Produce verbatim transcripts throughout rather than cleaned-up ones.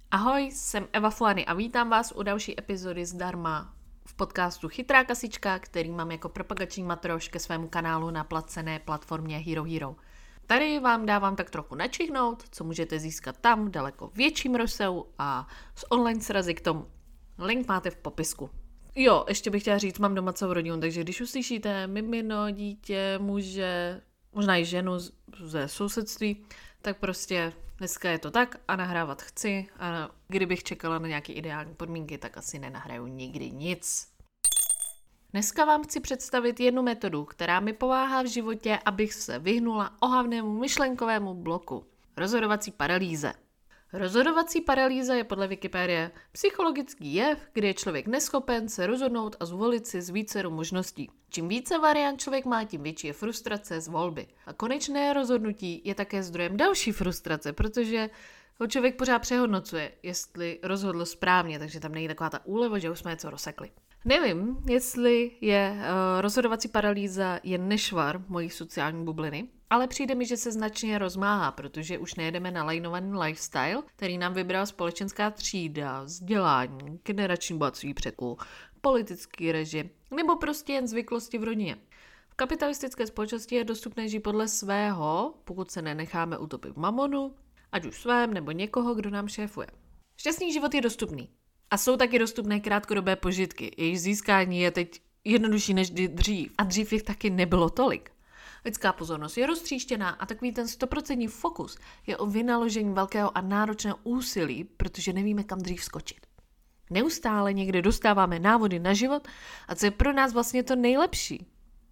Ahoj, jsem Eva Fuany a vítám vás u další epizody zdarma v podcastu Chytrá kasička, který mám jako propagační matroš ke svému kanálu na placené platformě Hero Hero. Tady vám dávám tak trochu načihnout, co můžete získat tam v daleko větším rozsahu a s online srazy k tomu. Link máte v popisku. Jo, ještě bych chtěla říct, mám doma celou rodinu, takže když uslyšíte mimino, dítě, muže, možná i ženu ze sousedství, tak prostě dneska je to tak a nahrávat chci a kdybych čekala na nějaké ideální podmínky, tak asi nenahraju nikdy nic. Dneska vám chci představit jednu metodu, která mi pomáhá v životě, abych se vyhnula ohavnému myšlenkovému bloku. Rozhodovací paralýze. Rozhodovací paralýza je podle Wikipedie psychologický jev, kdy je člověk neschopen se rozhodnout a zvolit si z vícero možností. Čím více variant člověk má, tím větší je frustrace z volby. A konečné rozhodnutí je také zdrojem další frustrace, protože ho člověk pořád přehodnocuje, jestli rozhodl správně, takže tam není taková ta úleva, že už jsme něco rozsekli. Nevím, jestli je uh, rozhodovací paralýza jen nešvar mojí sociální bubliny, ale přijde mi, že se značně rozmáhá, protože už nejedeme na lajnovaný lifestyle, který nám vybrala společenská třída, vzdělání, generační bohatství předků, politický režim nebo prostě jen zvyklosti v rodině. V kapitalistické společnosti je dostupné žít podle svého, pokud se nenecháme utopit v mamonu, ať už svém nebo někoho, kdo nám šéfuje. Šťastný život je dostupný. A jsou taky dostupné krátkodobé požitky. Jejich získání je teď jednodušší než dřív. A dřív jich taky nebylo tolik. Lidská pozornost je roztříštěná a takový ten stoprocentní fokus je o vynaložení velkého a náročného úsilí, protože nevíme, kam dřív skočit. Neustále někde dostáváme návody na život a co je pro nás vlastně to nejlepší.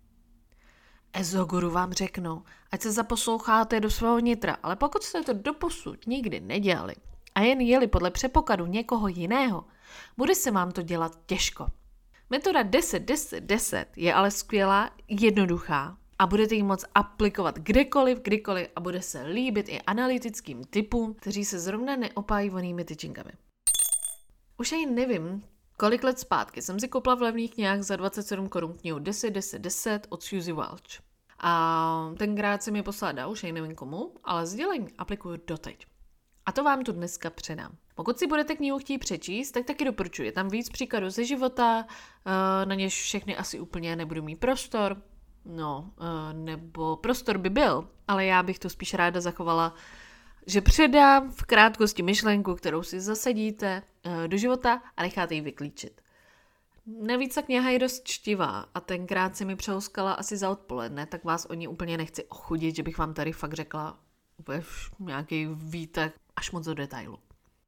Ezoguru vám řeknou, ať se zaposloucháte do svého nitra, ale pokud jste to doposud nikdy nedělali a jen jeli podle předpokladu někoho jiného, bude se vám to dělat těžko. Metoda deset deset deset je ale skvělá, jednoduchá a budete ji moct aplikovat kdekoliv, kdykoliv a bude se líbit i analytickým typům, kteří se zrovna neopájí vonými tyčinkami. Už ani nevím, kolik let zpátky jsem si koupila v levných knihách za dvacet sedm korun knihu deset deset deset od Suzy Welch. A tenkrát jsem je poslala, už ani nevím komu, ale sdělení aplikuju doteď. A to vám tu dneska předám. Pokud si budete knihu chtít přečíst, tak taky doporučuji. Je tam víc příkladů ze života, na něž všechny asi úplně nebudu mít prostor. No, nebo prostor by byl, ale já bych to spíš ráda zachovala, že předám v krátkosti myšlenku, kterou si zasadíte do života a necháte ji vyklíčit. Navíc ta kniha je dost čtivá a tenkrát se mi přelouskala asi za odpoledne, tak vás o ní úplně nechci ochudit, že bych vám tady fakt řekla úplně nějaký výtek až moc do detailu.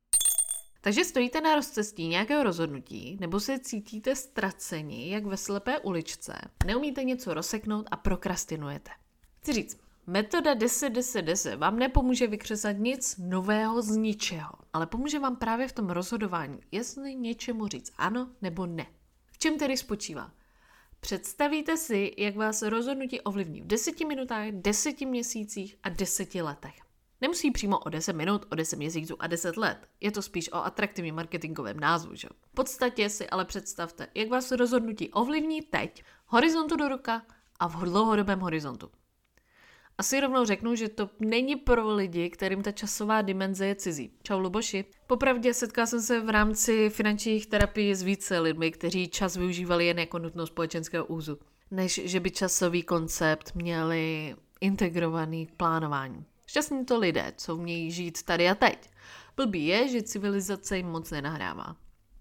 Takže stojíte na rozcestí nějakého rozhodnutí nebo se cítíte ztraceni, jak ve slepé uličce, neumíte něco rozseknout a prokrastinujete. Chci říct, metoda deset deset deset vám nepomůže vykřesat nic nového z ničeho, ale pomůže vám právě v tom rozhodování, jestli něčemu říct ano nebo ne. V čem tedy spočívá? Představíte si, jak vás rozhodnutí ovlivní v deseti minutách, deseti měsících a deseti letech. Nemusí přímo o deset minut, o deset měsíců a deset let. Je to spíš o atraktivním marketingovém názvu, že? V podstatě si ale představte, jak vás rozhodnutí ovlivní teď, horizontu do roka a v dlouhodobém horizontu. Asi rovnou řeknu, že to není pro lidi, kterým ta časová dimenze je cizí. Čau Luboši. Popravdě setkala jsem se v rámci finančních terapií s více lidmi, kteří čas využívali jen jako nutnost společenského úzu, než že by časový koncept měli integrovaný k plánování. Šťastní to lidé, co umějí žít tady a teď. Blbý je, že civilizace jim moc nenahrává.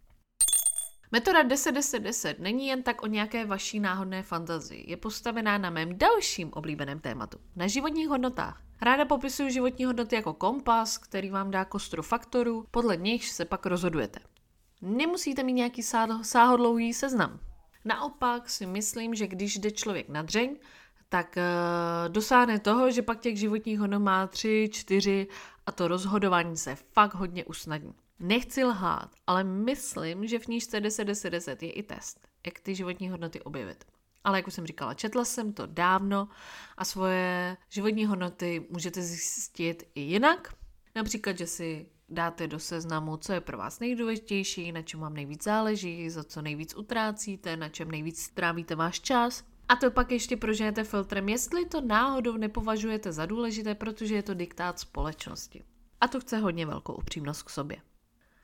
Metoda deset deset deset není jen tak o nějaké vaší náhodné fantazii. Je postavená na mém dalším oblíbeném tématu, na životních hodnotách. Ráda popisuju životní hodnoty jako kompas, který vám dá kostru faktorů, podle nichž se pak rozhodujete. Nemusíte mít nějaký sáhodlouhý seznam. Naopak si myslím, že když jde člověk na dřeň, tak uh, dosáhne toho, že pak těch životních hodnot má tři, čtyři a to rozhodování se fakt hodně usnadní. Nechci lhát, ale myslím, že v knížce deset deset deset je i test, jak ty životní hodnoty objevit. Ale jak už jsem říkala, četla jsem to dávno a svoje životní hodnoty můžete zjistit i jinak. Například, že si dáte do seznamu, co je pro vás nejdůležitější, na čem vám nejvíc záleží, za co nejvíc utrácíte, na čem nejvíc trávíte váš čas. A to pak ještě proženete filtrem, jestli to náhodou nepovažujete za důležité, protože je to diktát společnosti. A to chce hodně velkou upřímnost k sobě.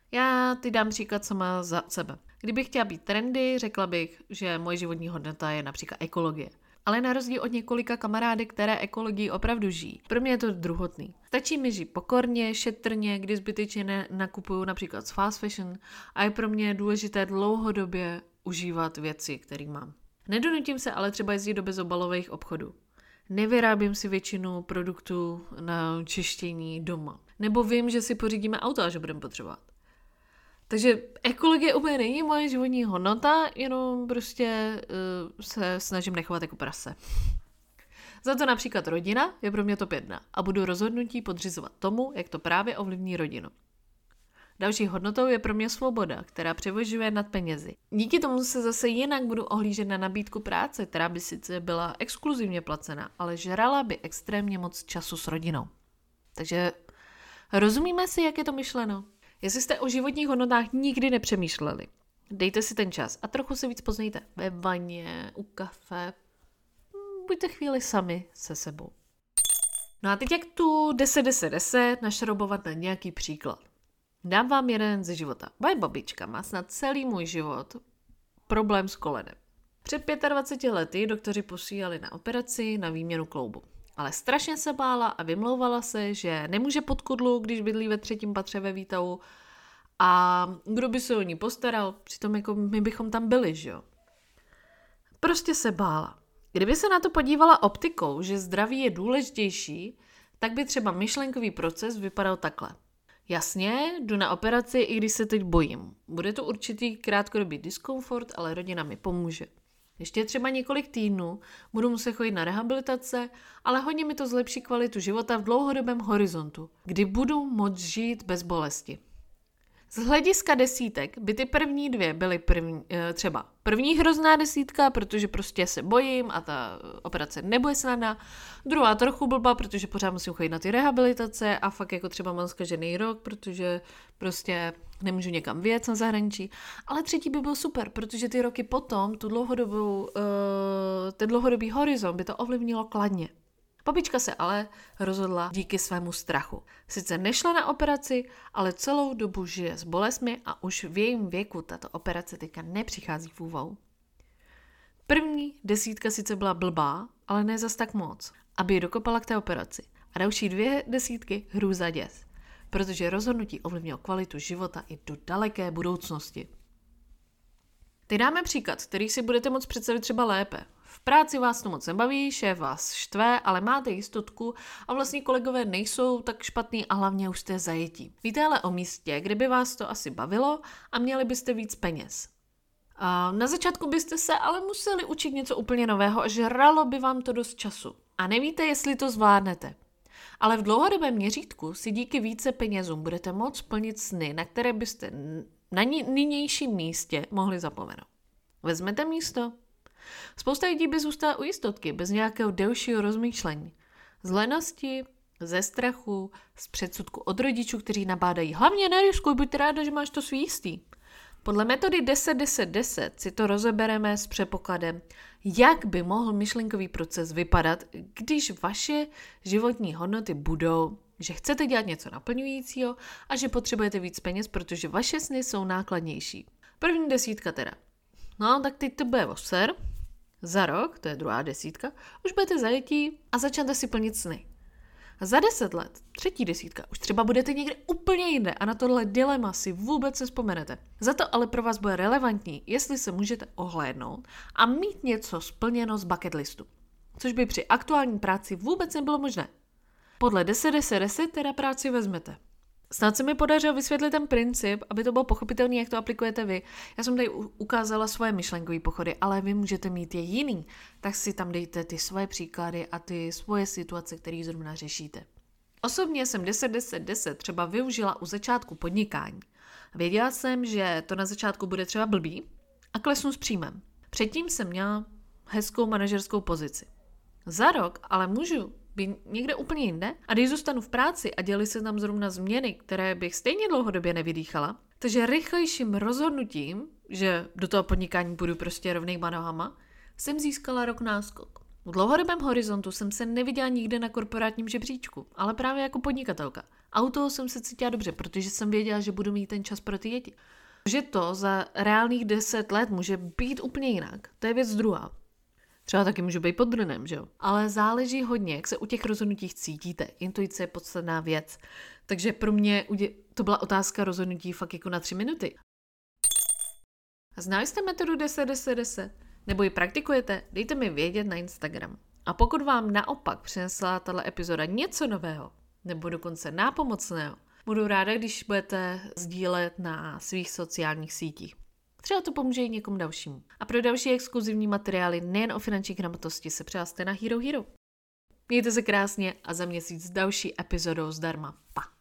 Já ty dám příklad sama za sebe. Kdybych chtěla být trendy, řekla bych, že moje životní hodnota je například ekologie. Ale na rozdíl od několika kamarádek, které ekologii opravdu žijí, pro mě je to druhotný. Stačí mi žít pokorně, šetrně, kdy zbytečně nakupuju například z fast fashion a je pro mě důležité dlouhodobě užívat věci, které mám. Nedonutím se ale třeba jezdit do bezobalových obchodů. Nevyrábím si většinu produktů na čištění doma. Nebo vím, že si pořídíme auto, až ho budeme potřebovat. Takže ekologie úplně není moje životní hodnota, jenom prostě uh, se snažím nechovat jako prase. Za to například rodina je pro mě top jedna a budu rozhodnutí podřizovat tomu, jak to právě ovlivní rodinu. Další hodnotou je pro mě svoboda, která převažuje nad penězi. Díky tomu se zase jinak budu ohlížet na nabídku práce, která by sice byla exkluzivně placena, ale žrala by extrémně moc času s rodinou. Takže rozumíme si, jak je to myšleno? Jestli jste o životních hodnotách nikdy nepřemýšleli, dejte si ten čas a trochu se víc poznejte ve vaně, u kafe, buďte chvíli sami se sebou. No a teď jak tu deset deset deset našroubovat na nějaký příklad. Dám vám jeden ze života. Moje babička má snad celý můj život problém s kolenem. Před dvaceti pěti lety doktoři posílali na operaci na výměnu kloubu. Ale strašně se bála a vymlouvala se, že nemůže pod kudlu, když bydlí ve třetím patře ve výtahu a kdo by se o ní postaral, přitom jako my bychom tam byli, že jo. Prostě se bála. Kdyby se na to podívala optikou, že zdraví je důležitější, tak by třeba myšlenkový proces vypadal takhle. Jasně, jdu na operaci, i když se teď bojím. Bude to určitý krátkodobý diskomfort, ale rodina mi pomůže. Ještě třeba několik týdnů budu muset chodit na rehabilitace, ale hodně mi to zlepší kvalitu života v dlouhodobém horizontu, kdy budu moct žít bez bolesti. Z hlediska desítek by ty první dvě byly první, třeba první hrozná desítka, protože prostě se bojím a ta operace nebude snadná, druhá trochu blbá, protože pořád musím chodit na ty rehabilitace a fakt jako třeba mám zkažený rok, protože prostě nemůžu někam vyjet na zahraničí, ale třetí by byl super, protože ty roky potom, tu dlouhodobou, uh, ten dlouhodobý horizont by to ovlivnilo kladně. Babička se ale rozhodla díky svému strachu. Sice nešla na operaci, ale celou dobu žije s bolestmi a už v jejím věku tato operace teďka nepřichází v úvahu. První desítka sice byla blbá, ale ne zas tak moc, aby ji dokopala k té operaci. A další dvě desítky hrůza děs, protože rozhodnutí ovlivnilo kvalitu života i do daleké budoucnosti. Teď dáme příklad, který si budete moct představit třeba lépe. V práci vás to moc nebaví, šéf vás štve, ale máte jistotku a vlastně kolegové nejsou tak špatný a hlavně už jste zajetí. Víte ale o místě, kde by vás to asi bavilo a měli byste víc peněz. A na začátku byste se ale museli učit něco úplně nového a žralo by vám to dost času. A nevíte, jestli to zvládnete. Ale v dlouhodobém měřítku si díky více penězům budete moct plnit sny, na které byste na nynějším místě mohli zapomenout. Vezmete místo? Spousta lidí by zůstala u jistotky, bez nějakého delšího rozmýšlení. Z lenosti, ze strachu, z předsudku od rodičů, kteří nabádají. Hlavně neriskuj, buď ráda, že máš to svý jistý. Podle metody deset deset deset si to rozebereme s předpokladem, jak by mohl myšlenkový proces vypadat, když vaše životní hodnoty budou, že chcete dělat něco naplňujícího a že potřebujete víc peněz, protože vaše sny jsou nákladnější. První desítka teda. No, tak teď to bude oser. Za rok, to je druhá desítka, už budete zajetí a začnete si plnit sny. A za deset let, třetí desítka, už třeba budete někde úplně jinde a na tohle dilema si vůbec nevzpomenete. Za to ale pro vás bude relevantní, jestli se můžete ohlédnout a mít něco splněno z bucket listu. Což by při aktuální práci vůbec nebylo možné. Podle deset deset deset teda práci vezmete. Snad se mi podařilo vysvětlit ten princip, aby to bylo pochopitelné, jak to aplikujete vy. Já jsem tady ukázala svoje myšlenkové pochody, ale vy můžete mít je jiný, tak si tam dejte ty svoje příklady a ty svoje situace, které zrovna řešíte. Osobně jsem deset deset deset třeba využila u začátku podnikání. Věděla jsem, že to na začátku bude třeba blbý a klesnu s příjmem. Předtím jsem měla hezkou manažerskou pozici. Za rok ale můžu být někde úplně jinde a když zůstanu v práci a děli se tam zrovna změny, které bych stejně dlouhodobě nevydýchala, takže rychlejším rozhodnutím, že do toho podnikání půjdu prostě rovnýma nohama, jsem získala rok náskok. V dlouhodobém horizontu jsem se neviděla nikde na korporátním žebříčku, ale právě jako podnikatelka. A u toho jsem se cítila dobře, protože jsem věděla, že budu mít ten čas pro ty děti. Že to za reálných deset let může být úplně jinak. To je věc druhá. Třeba taky může být pod drnem, že jo? Ale záleží hodně, jak se u těch rozhodnutí cítíte. Intuice je podstatná věc. Takže pro mě to byla otázka rozhodnutí fakt jako na tři minuty. Znali jste metodu deset deset deset? Nebo ji praktikujete? Dejte mi vědět na Instagram. A pokud vám naopak přinesla tato epizoda něco nového, nebo dokonce nápomocného, budu ráda, když budete sdílet na svých sociálních sítích. Třeba to pomůže i někomu dalšímu. A pro další exkluzivní materiály nejen o finanční gramotnosti se přihlaste na Hero Hero. Mějte se krásně a za měsíc s další epizodou zdarma. Pa!